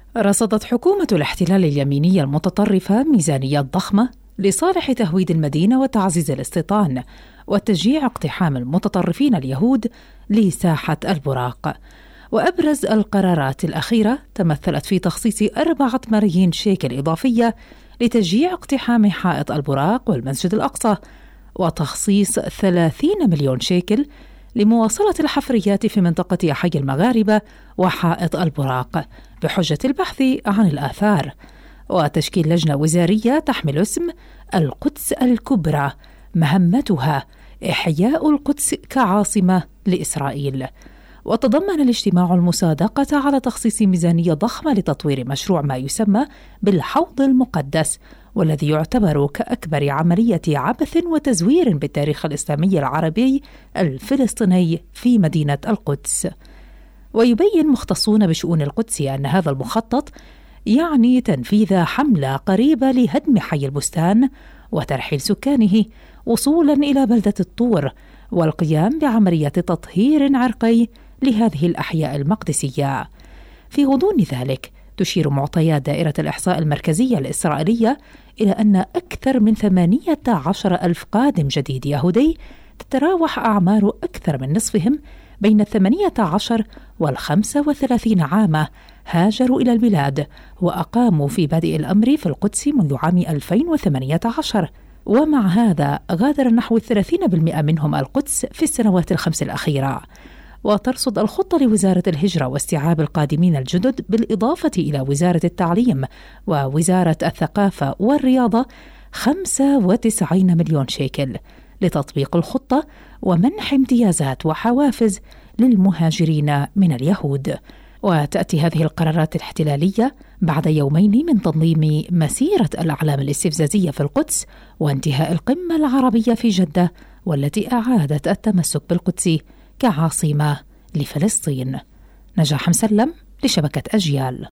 رصدت حكومة الاحتلال اليمينية المتطرفة ميزانيات ضخمة لصالح تهويد المدينة وتعزيز الاستيطان وتشجيع اقتحام المتطرفين اليهود لساحة البراق. وأبرز القرارات الأخيرة تمثلت في تخصيص 4 ملايين شيكل إضافية لتشجيع اقتحام حائط البراق والمسجد الأقصى، وتخصيص 30 مليون شيكل لمواصلة الحفريات في منطقة حي المغاربة وحائط البراق بحجة البحث عن الآثار، وتشكيل لجنة وزارية تحمل اسم القدس الكبرى مهمتها إحياء القدس كعاصمة لإسرائيل. وتضمن الاجتماع المصادقة على تخصيص ميزانية ضخمة لتطوير مشروع ما يسمى بالحوض المقدس، والذي يعتبر كأكبر عملية عبث وتزوير بالتاريخ الإسلامي العربي الفلسطيني في مدينة القدس. ويبين مختصون بشؤون القدس أن هذا المخطط يعني تنفيذ حملة قريبة لهدم حي البستان وترحيل سكانه وصولا إلى بلدة الطور، والقيام بعملية تطهير عرقي لهذه الأحياء المقدسية. في غضون ذلك تشير معطيات دائرة الإحصاء المركزية الإسرائيلية إلى أن أكثر من 18,000 قادم جديد يهودي تتراوح أعمار أكثر من نصفهم بين 18 و35 عاما هاجروا إلى البلاد وأقاموا في بادئ الأمر في القدس منذ عام 2018. ومع هذا غادر نحو 30% منهم القدس في السنوات ال5 الأخيرة. وترصد الخطة لوزارة الهجرة واستيعاب القادمين الجدد بالإضافة إلى وزارة التعليم ووزارة الثقافة والرياضة 95 مليون شيكل لتطبيق الخطة ومنح امتيازات وحوافز للمهاجرين من اليهود. وتأتي هذه القرارات الاحتلالية بعد يومين من تنظيم مسيرة الأعلام الاستفزازية في القدس وانتهاء القمة العربية في جدة، والتي أعادت التمسك بالقدس كعاصمة لفلسطين. نجاح مسلم لشبكة أجيال.